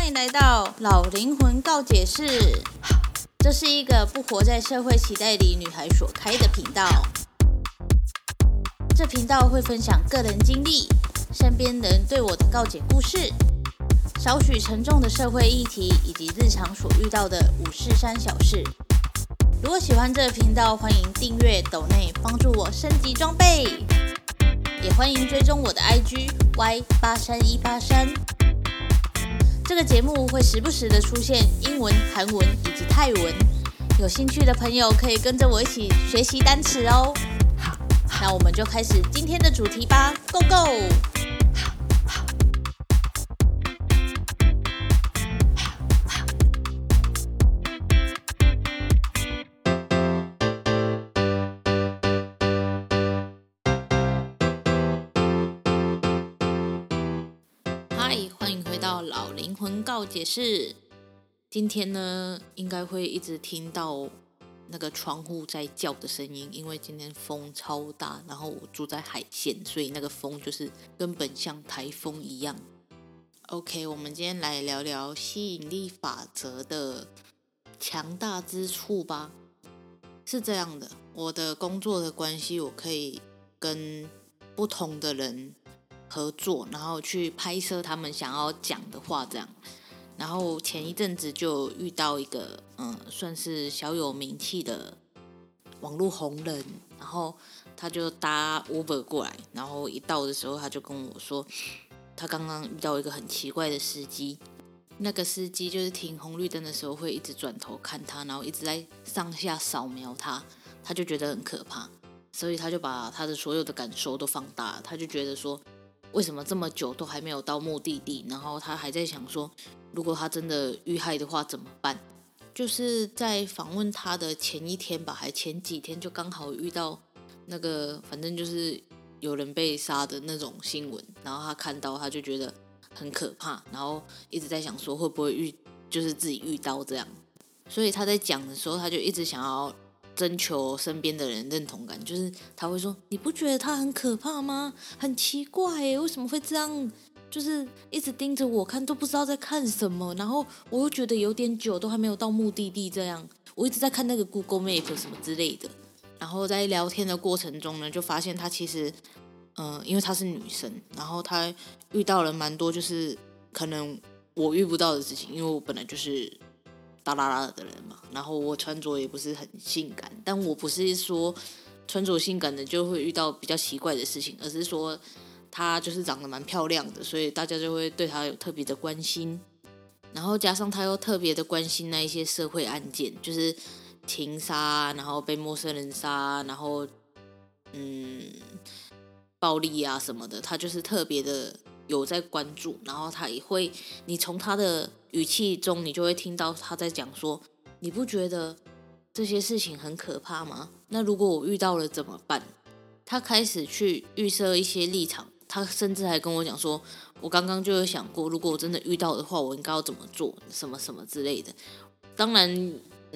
迎来到老灵魂告解室。这是一个不活在社会期待里女孩所开的频道。这频道会分享个人经历、身边人对我的告解故事，少许沉重的社会议题，以及日常所遇到的五四三小事。如果喜欢这个频道，欢迎订阅、抖内帮助我升级装备，也欢迎追踪我的 IG Y83183。这个节目会时不时的出现英文、韩文以及泰文，有兴趣的朋友可以跟着我一起学习单词哦。那我们就开始今天的主题吧 ，Go Go！嗨，欢迎回到老灵魂告解室。今天呢，应该会一直听到那个窗户在叫的声音，因为今天风超大，然后我住在海线，所以那个风就是根本像台风一样。OK， 我们今天来聊聊吸引力法则的强大之处吧。是这样的，我的工作的关系，我可以跟不同的人合作，然后去拍摄他们想要讲的话，这样。然后前一阵子就遇到一个算是小有名气的网络红人，然后他就搭 Uber 过来，然后一到的时候他就跟我说，他刚刚遇到一个很奇怪的司机。那个司机就是停红绿灯的时候会一直转头看他，然后一直在上下扫描他，他就觉得很可怕，所以他就把他的所有的感受都放大了。他就觉得说，为什么这么久都还没有到目的地？然后他还在想说，如果他真的遇害的话怎么办？就是在访问他的前一天吧，还前几天就刚好遇到那个，反正就是有人被杀的那种新闻，然后他看到他就觉得很可怕，然后一直在想说会不会就是自己遇到这样，所以他在讲的时候，他就一直想要征求身边的人认同感，就是他会说，你不觉得他很可怕吗？很奇怪耶，为什么会这样？就是一直盯着我看，都不知道在看什么，然后我又觉得有点久，都还没有到目的地，这样我一直在看那个 Google Map 什么之类的。然后在聊天的过程中呢，就发现她其实因为她是女生，然后她遇到了蛮多就是可能我遇不到的事情，因为我本来就是大拉拉的人嘛，然后我穿着也不是很性感，但我不是说穿着性感的就会遇到比较奇怪的事情，而是说她就是长得蛮漂亮的，所以大家就会对她有特别的关心，然后加上她又特别的关心那一些社会案件，就是情杀，然后被陌生人杀，然后暴力啊什么的，她就是特别的有在关注，然后她也会，你从她的语气中，你就会听到她在讲说，你不觉得这些事情很可怕吗？那如果我遇到了怎么办？她开始去预设一些立场，她甚至还跟我讲说，我刚刚就有想过，如果我真的遇到的话，我应该要怎么做，什么什么之类的。当然，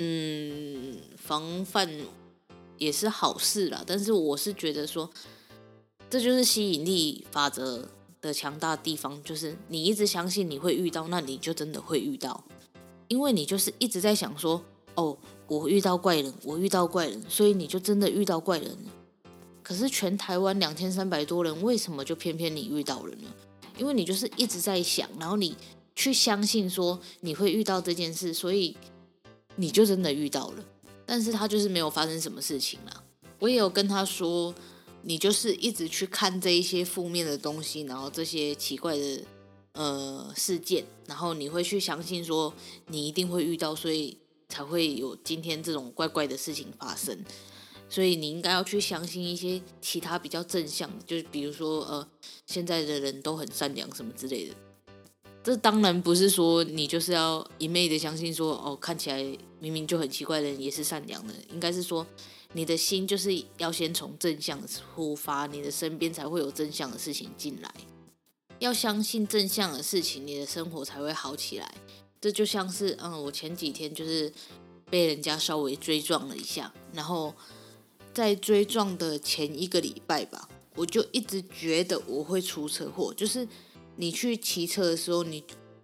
防范也是好事啦，但是我是觉得说，这就是吸引力法则的强大地方，就是你一直相信你会遇到，那你就真的会遇到，因为你就是一直在想说，哦，我遇到怪人，我遇到怪人，所以你就真的遇到怪人了。可是全台湾2300多人，为什么就偏偏你遇到了呢？因为你就是一直在想，然后你去相信说你会遇到这件事，所以你就真的遇到了。但是他就是没有发生什么事情啦。我也有跟他说，你就是一直去看这一些负面的东西，然后这些奇怪的事件，然后你会去相信说你一定会遇到，所以才会有今天这种怪怪的事情发生。所以你应该要去相信一些其他比较正向的，就是比如说现在的人都很善良什么之类的。这当然不是说你就是要一昧的相信说，哦，看起来明明就很奇怪的人也是善良的，应该是说你的心就是要先从正向出发，你的身边才会有正向的事情进来。要相信正向的事情，你的生活才会好起来。这就像是我前几天就是被人家稍微追撞了一下，然后在追撞的前1个礼拜吧，我就一直觉得我会出车祸。就是你去骑车的时候，你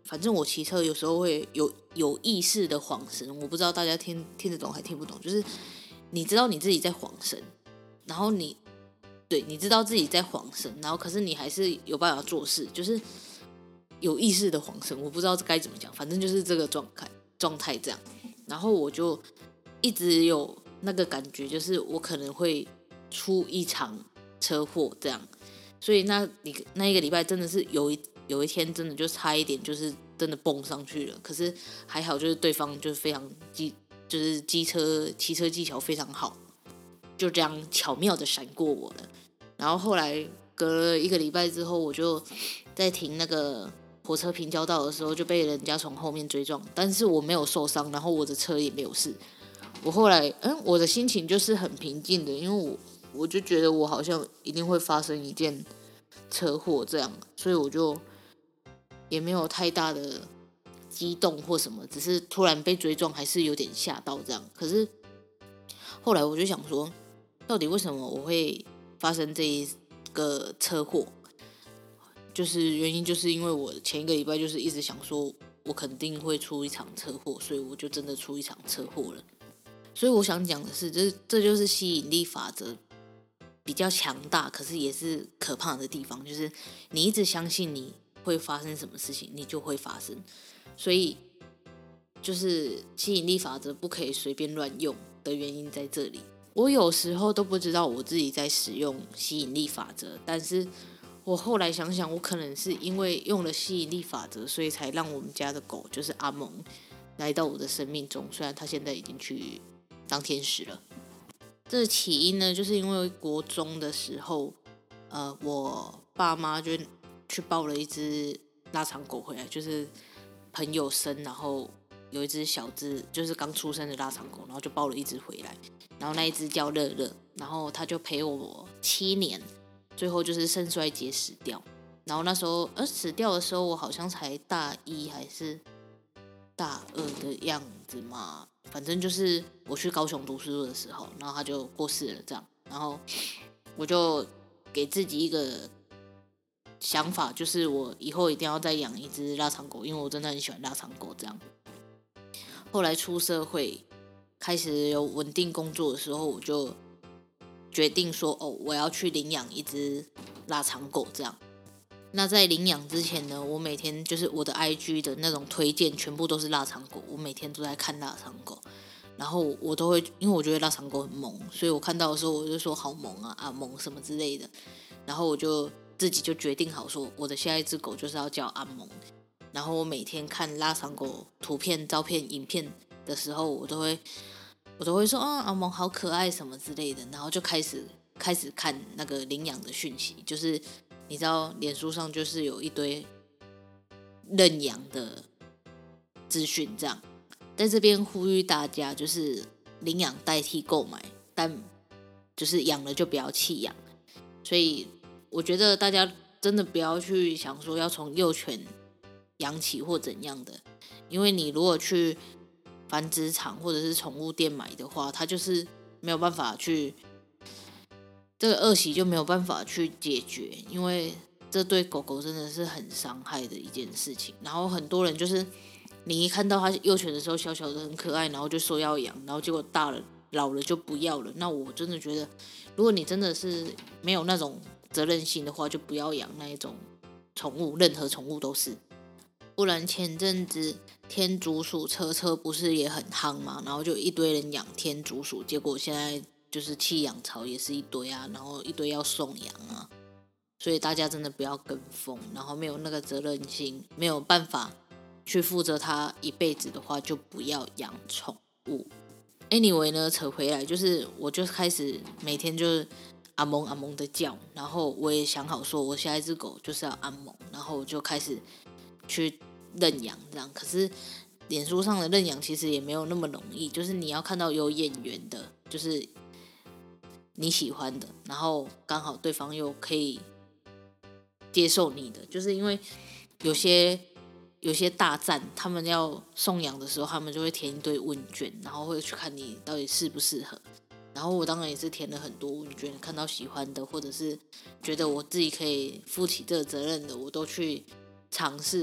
反正我骑车有时候会有意识的晃神，我不知道大家听得懂还听不懂，就是你知道你自己在晃神，然后你知道自己在晃神，然后可是你还是有办法做事，就是有意识的晃神，我不知道该怎么讲，反正就是这个状态这样。然后我就一直有那个感觉，就是我可能会出一场车祸这样。所以那一个礼拜真的是有一天真的就差一点就是真的蹦上去了，可是还好就是对方就是非常就是骑车技巧非常好，就这样巧妙的闪过我了。然后后来隔了1个礼拜之后，我就在停那个火车平交道的时候就被人家从后面追撞，但是我没有受伤，然后我的车也没有事。我后来我的心情就是很平静的，因为我就觉得我好像一定会发生一件车祸这样，所以我就也没有太大的激动或什么，只是突然被追撞还是有点吓到这样。可是后来我就想说，到底为什么我会发生这一个车祸？就是原因就是因为我前1个礼拜就是一直想说我肯定会出一场车祸，所以我就真的出一场车祸了。所以我想讲的是，这就是吸引力法则比较强大，可是也是可怕的地方，就是你一直相信你会发生什么事情，你就会发生。所以就是吸引力法则不可以随便乱用的原因在这里。我有时候都不知道我自己在使用吸引力法则，但是我后来想想，我可能是因为用了吸引力法则，所以才让我们家的狗就是阿蒙来到我的生命中，虽然它现在已经去当天使了。这起因呢，就是因为国中的时候，我爸妈就去抱了一只腊肠狗回来，就是朋友生，然后有一只小只，就是刚出生的腊肠狗，然后就抱了一只回来，然后那一只叫乐乐，然后它就陪我7年，最后就是肾衰竭死掉。然后那时候，死掉的时候我好像才大1还是大2的样子嘛，反正就是我去高雄读书的时候，然后他就过世了这样。然后我就给自己一个想法，就是我以后一定要再养一只腊肠狗，因为我真的很喜欢腊肠狗这样。后来出社会开始有稳定工作的时候，我就决定说我要去领养一只腊肠狗这样。那在领养之前呢，我每天就是我的 IG 的那种推荐全部都是腊肠狗，我每天都在看腊肠狗，然后我都会，因为我觉得腊肠狗很萌，所以我看到的时候我就说好萌啊萌什么之类的，然后我就自己就决定好说我的下一只狗就是要叫阿萌。然后我每天看腊肠狗图片、照片、影片的时候，我都会说阿萌好可爱什么之类的，然后就开始看那个领养的讯息，就是你知道脸书上就是有一堆认养的资讯这样。在这边呼吁大家，就是领养代替购买，但就是养了就不要弃养。所以我觉得大家真的不要去想说要从幼犬养起或怎样的，因为你如果去繁殖场或者是宠物店买的话，它就是没有办法去，这个恶习就没有办法去解决，因为这对狗狗真的是很伤害的一件事情。然后很多人就是你一看到它幼犬的时候小小的很可爱，然后就说要养，然后结果大了老了就不要了。那我真的觉得，如果你真的是没有那种责任心的话，就不要养那一种宠物，任何宠物都是。不然前阵子天竺鼠车不是也很夯吗？然后就一堆人养天竺鼠，结果现在就是弃养潮也是一堆啊，然后一堆要送养啊，所以大家真的不要跟风，然后没有那个责任心，没有办法去负责它一辈子的话，就不要养宠物。Anyway 呢，扯回来就是我就开始每天就是阿蒙阿蒙的叫，然后我也想好说我下一只狗就是要阿蒙，然后我就开始去认养这样。可是脸书上的认养其实也没有那么容易，就是你要看到有眼缘的，就是你喜欢的，然后刚好对方又可以接受你的，就是因为有些大站他们要送养的时候，他们就会填一堆问卷，然后会去看你到底适不适合。然后我当然也是填了很多问卷，看到喜欢的或者是觉得我自己可以负起这个责任的，我都去尝试。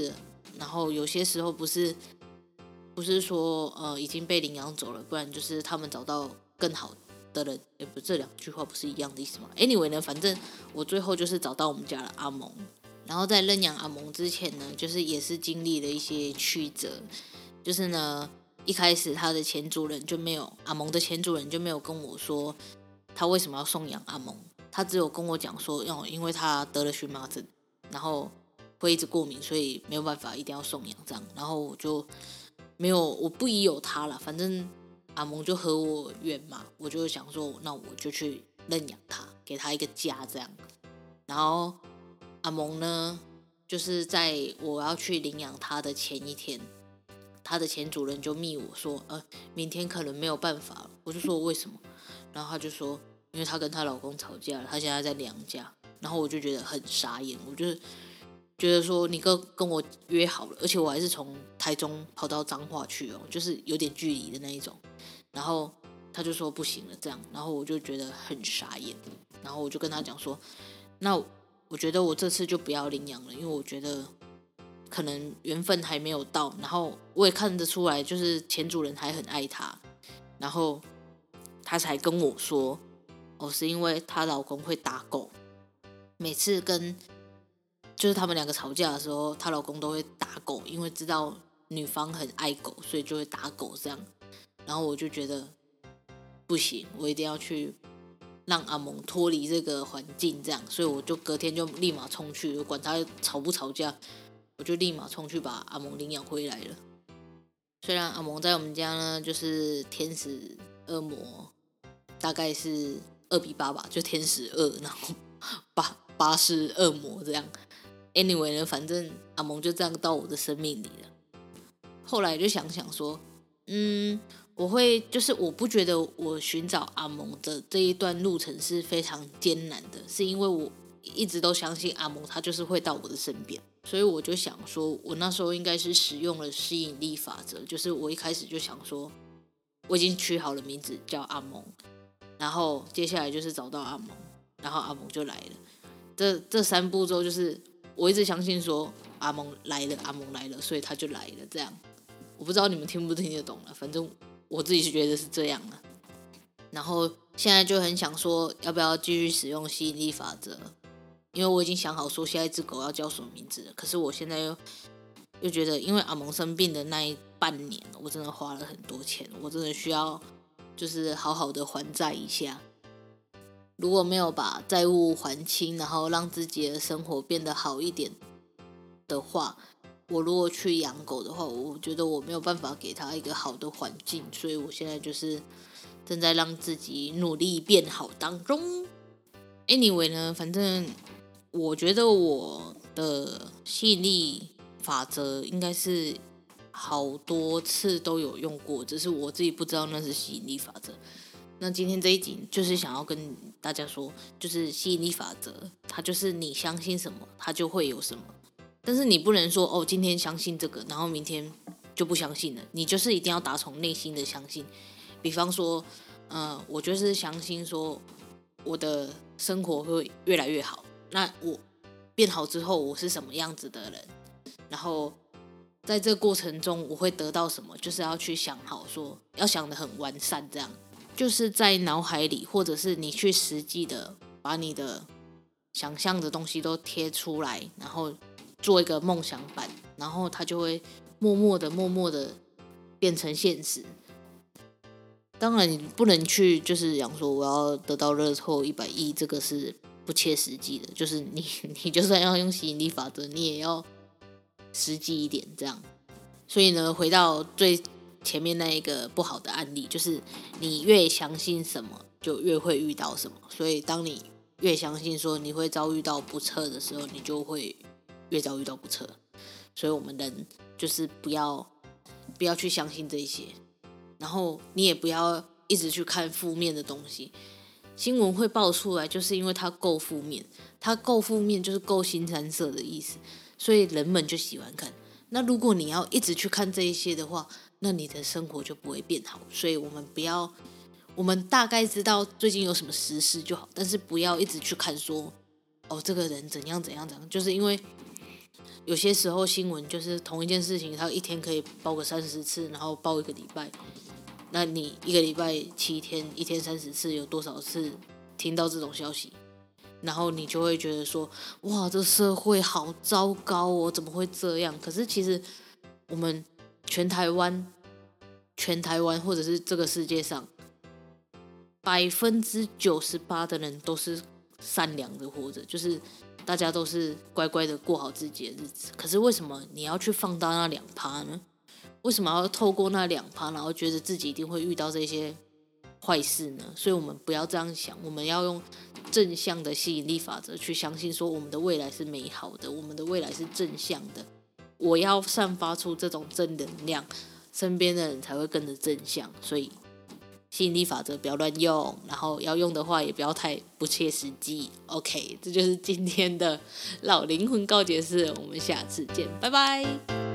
然后有些时候不是说已经被领养走了，不然就是他们找到更好的人，不，这两句话不是一样的意思吗 ？Anyway 呢，反正我最后就是找到我们家的阿蒙，然后在认养阿蒙之前呢，就是也是经历了一些曲折，就是呢一开始他的前主人就没有，阿蒙的前主人就没有跟我说他为什么要送养阿蒙，他只有跟我讲说，因为他得了荨麻疹，然后会一直过敏，所以没有办法，一定要送养这样。然后我就没有，我不疑有他了，反正阿蒙就和我远嘛，我就想说，那我就去认养他，给他一个家这样。然后阿蒙呢，就是在我要去领养他的前一天，他的前主人就密我说，明天可能没有办法了。我就说为什么？然后他就说，因为她跟她老公吵架了，她现在在娘家。然后我就觉得很傻眼，我就觉得说你跟我约好了，而且我还是从台中跑到彰化去哦，就是有点距离的那一种。然后他就说不行了这样，然后我就觉得很傻眼。然后我就跟他讲说，那我觉得我这次就不要领养了，因为我觉得可能缘分还没有到，然后我也看得出来，就是前主人还很爱她，然后她才跟我说，是因为她老公会打狗，每次就是他们两个吵架的时候，她老公都会打狗，因为知道女方很爱狗，所以就会打狗这样。然后我就觉得不行，我一定要去让阿蒙脱离这个环境，这样，所以我就隔天就立马冲去，管他吵不吵架，我就立马冲去把阿蒙领养回来了。虽然阿蒙在我们家呢，就是天使恶魔，大概是2:8吧，就天使2，然后八是恶魔这样。Anyway 呢，反正阿蒙就这样到我的生命里了。后来就想想说，我不觉得我寻找阿蒙的这一段路程是非常艰难的，是因为我一直都相信阿蒙他就是会到我的身边，所以我就想说，我那时候应该是使用了吸引力法则，就是我一开始就想说，我已经取好了名字叫阿蒙，然后接下来就是找到阿蒙，然后阿蒙就来了。这3步骤就是我一直相信说阿蒙来了，阿蒙来了，所以他就来了这样。我不知道你们听不听得懂了，反正我自己是觉得是这样了。然后现在就很想说，要不要继续使用吸引力法则？因为我已经想好说下一只狗要叫什么名字了。可是我现在又觉得，因为阿蒙生病的那半年，我真的花了很多钱，我真的需要就是好好的还债一下。如果没有把债务还清，然后让自己的生活变得好一点的话，我如果去养狗的话，我觉得我没有办法给它一个好的环境，所以我现在就是正在让自己努力变好当中。Anyway 呢，反正我觉得我的吸引力法则应该是好多次都有用过，只是我自己不知道那是吸引力法则。那今天这一集就是想要跟大家说，就是吸引力法则，它就是你相信什么，它就会有什么。但是你不能说今天相信这个，然后明天就不相信了。你就是一定要打从内心的相信。比方说，我就是相信说我的生活会越来越好。那我变好之后，我是什么样子的人？然后在这个过程中，我会得到什么？就是要去想好说，要想得很完善，这样就是在脑海里，或者是你去实际的把你的想象的东西都贴出来，然后做一个梦想版，然后它就会默默的变成现实。当然你不能去就是讲说我要得到乐透100亿，这个是不切实际的，就是你就算要用吸引力法则，你也要实际一点这样。所以呢，回到最前面那一个不好的案例，就是你越相信什么就越会遇到什么，所以当你越相信说你会遭遇到不测的时候，你就会越遭遇到不测。所以我们人就是不要去相信这些，然后你也不要一直去看负面的东西。新闻会爆出来，就是因为它够负面，它够负面就是够腥膻色的意思，所以人们就喜欢看。那如果你要一直去看这一些的话，那你的生活就不会变好。所以我们大概知道最近有什么时事就好，但是不要一直去看说这个人怎样，就是因为有些时候新闻就是同一件事情，它一天可以报个30次，然后报1个礼拜。那你1个礼拜7天，一天30次，有多少次听到这种消息？然后你就会觉得说，哇，这社会好糟糕哦，怎么会这样？可是其实我们全台湾或者是这个世界上98%的人都是善良的活着，就是大家都是乖乖的过好自己的日子。可是为什么你要去放大那2%呢？为什么要透过那2%，然后觉得自己一定会遇到这些坏事呢？所以我们不要这样想，我们要用正向的吸引力法则去相信说我们的未来是美好的，我们的未来是正向的。我要散发出这种正能量，身边的人才会跟着正向。所以吸引力法则不要乱用，然后要用的话也不要太不切实际。 OK， 这就是今天的老灵魂告解室，我们下次见，拜拜。